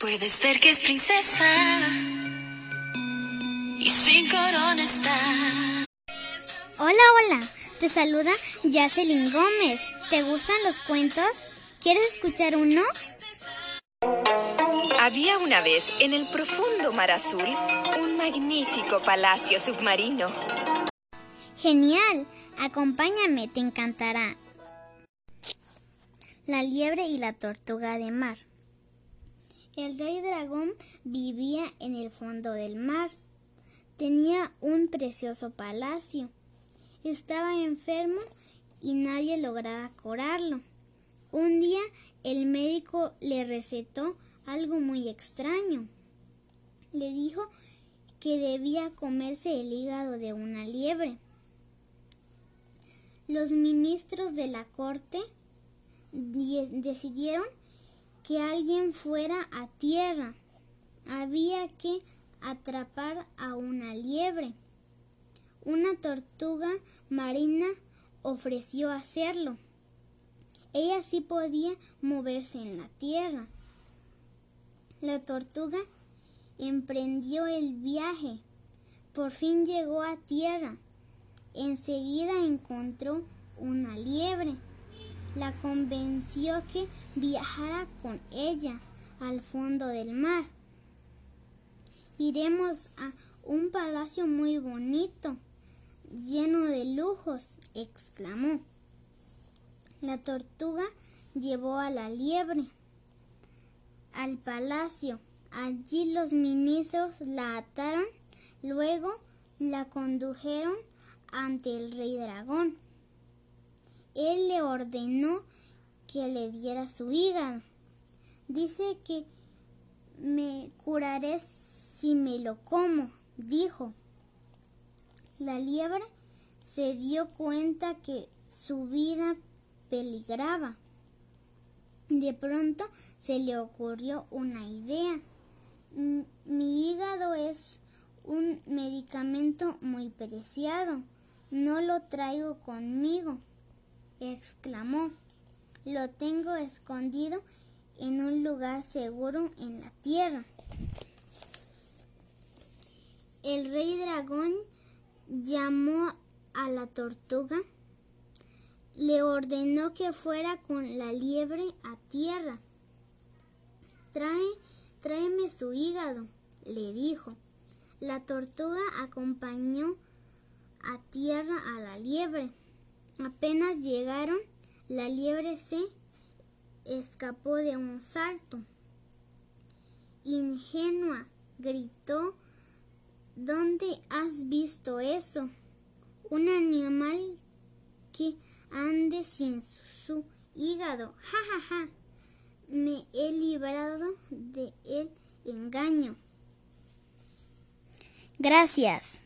Puedes ver que es princesa y sin corona está. Hola, hola, te saluda Yaselin Gómez. ¿Te gustan los cuentos? ¿Quieres escuchar uno? Había una vez en el profundo mar azul un magnífico palacio submarino. Genial, acompáñame, te encantará. La liebre y la tortuga de mar. El rey dragón vivía en el fondo del mar. Tenía un precioso palacio. Estaba enfermo y nadie lograba curarlo. Un día el médico le recetó algo muy extraño. Le dijo que debía comerse el hígado de una liebre. Los ministros de la corte decidieron que alguien fuera a tierra. Había que atrapar a una liebre. Una tortuga marina ofreció hacerlo. Ella sí podía moverse en la tierra. La tortuga emprendió el viaje. Por fin llegó a tierra. Enseguida encontró una liebre. La convenció que viajara con ella al fondo del mar. Iremos a un palacio muy bonito, lleno de lujos, exclamó. La tortuga llevó a la liebre al palacio. Allí los ministros la ataron, luego la condujeron ante el rey dragón. Él le ordenó que le diera su hígado. Dice que me curaré si me lo como, dijo. La liebre se dio cuenta que su vida peligraba. De pronto se le ocurrió una idea. Mi hígado es un medicamento muy preciado. No lo traigo conmigo, exclamó. Lo tengo escondido en un lugar seguro en la tierra. El rey dragón llamó a la tortuga. Le ordenó que fuera con la liebre a tierra. Tráeme su hígado, le dijo. La tortuga acompañó a tierra a la liebre. Apenas llegaron, la liebre se escapó de un salto. Ingenua, gritó, ¿dónde has visto eso? Un animal que ande sin su hígado. ¡Ja, ja, ja! Me he librado del engaño. Gracias.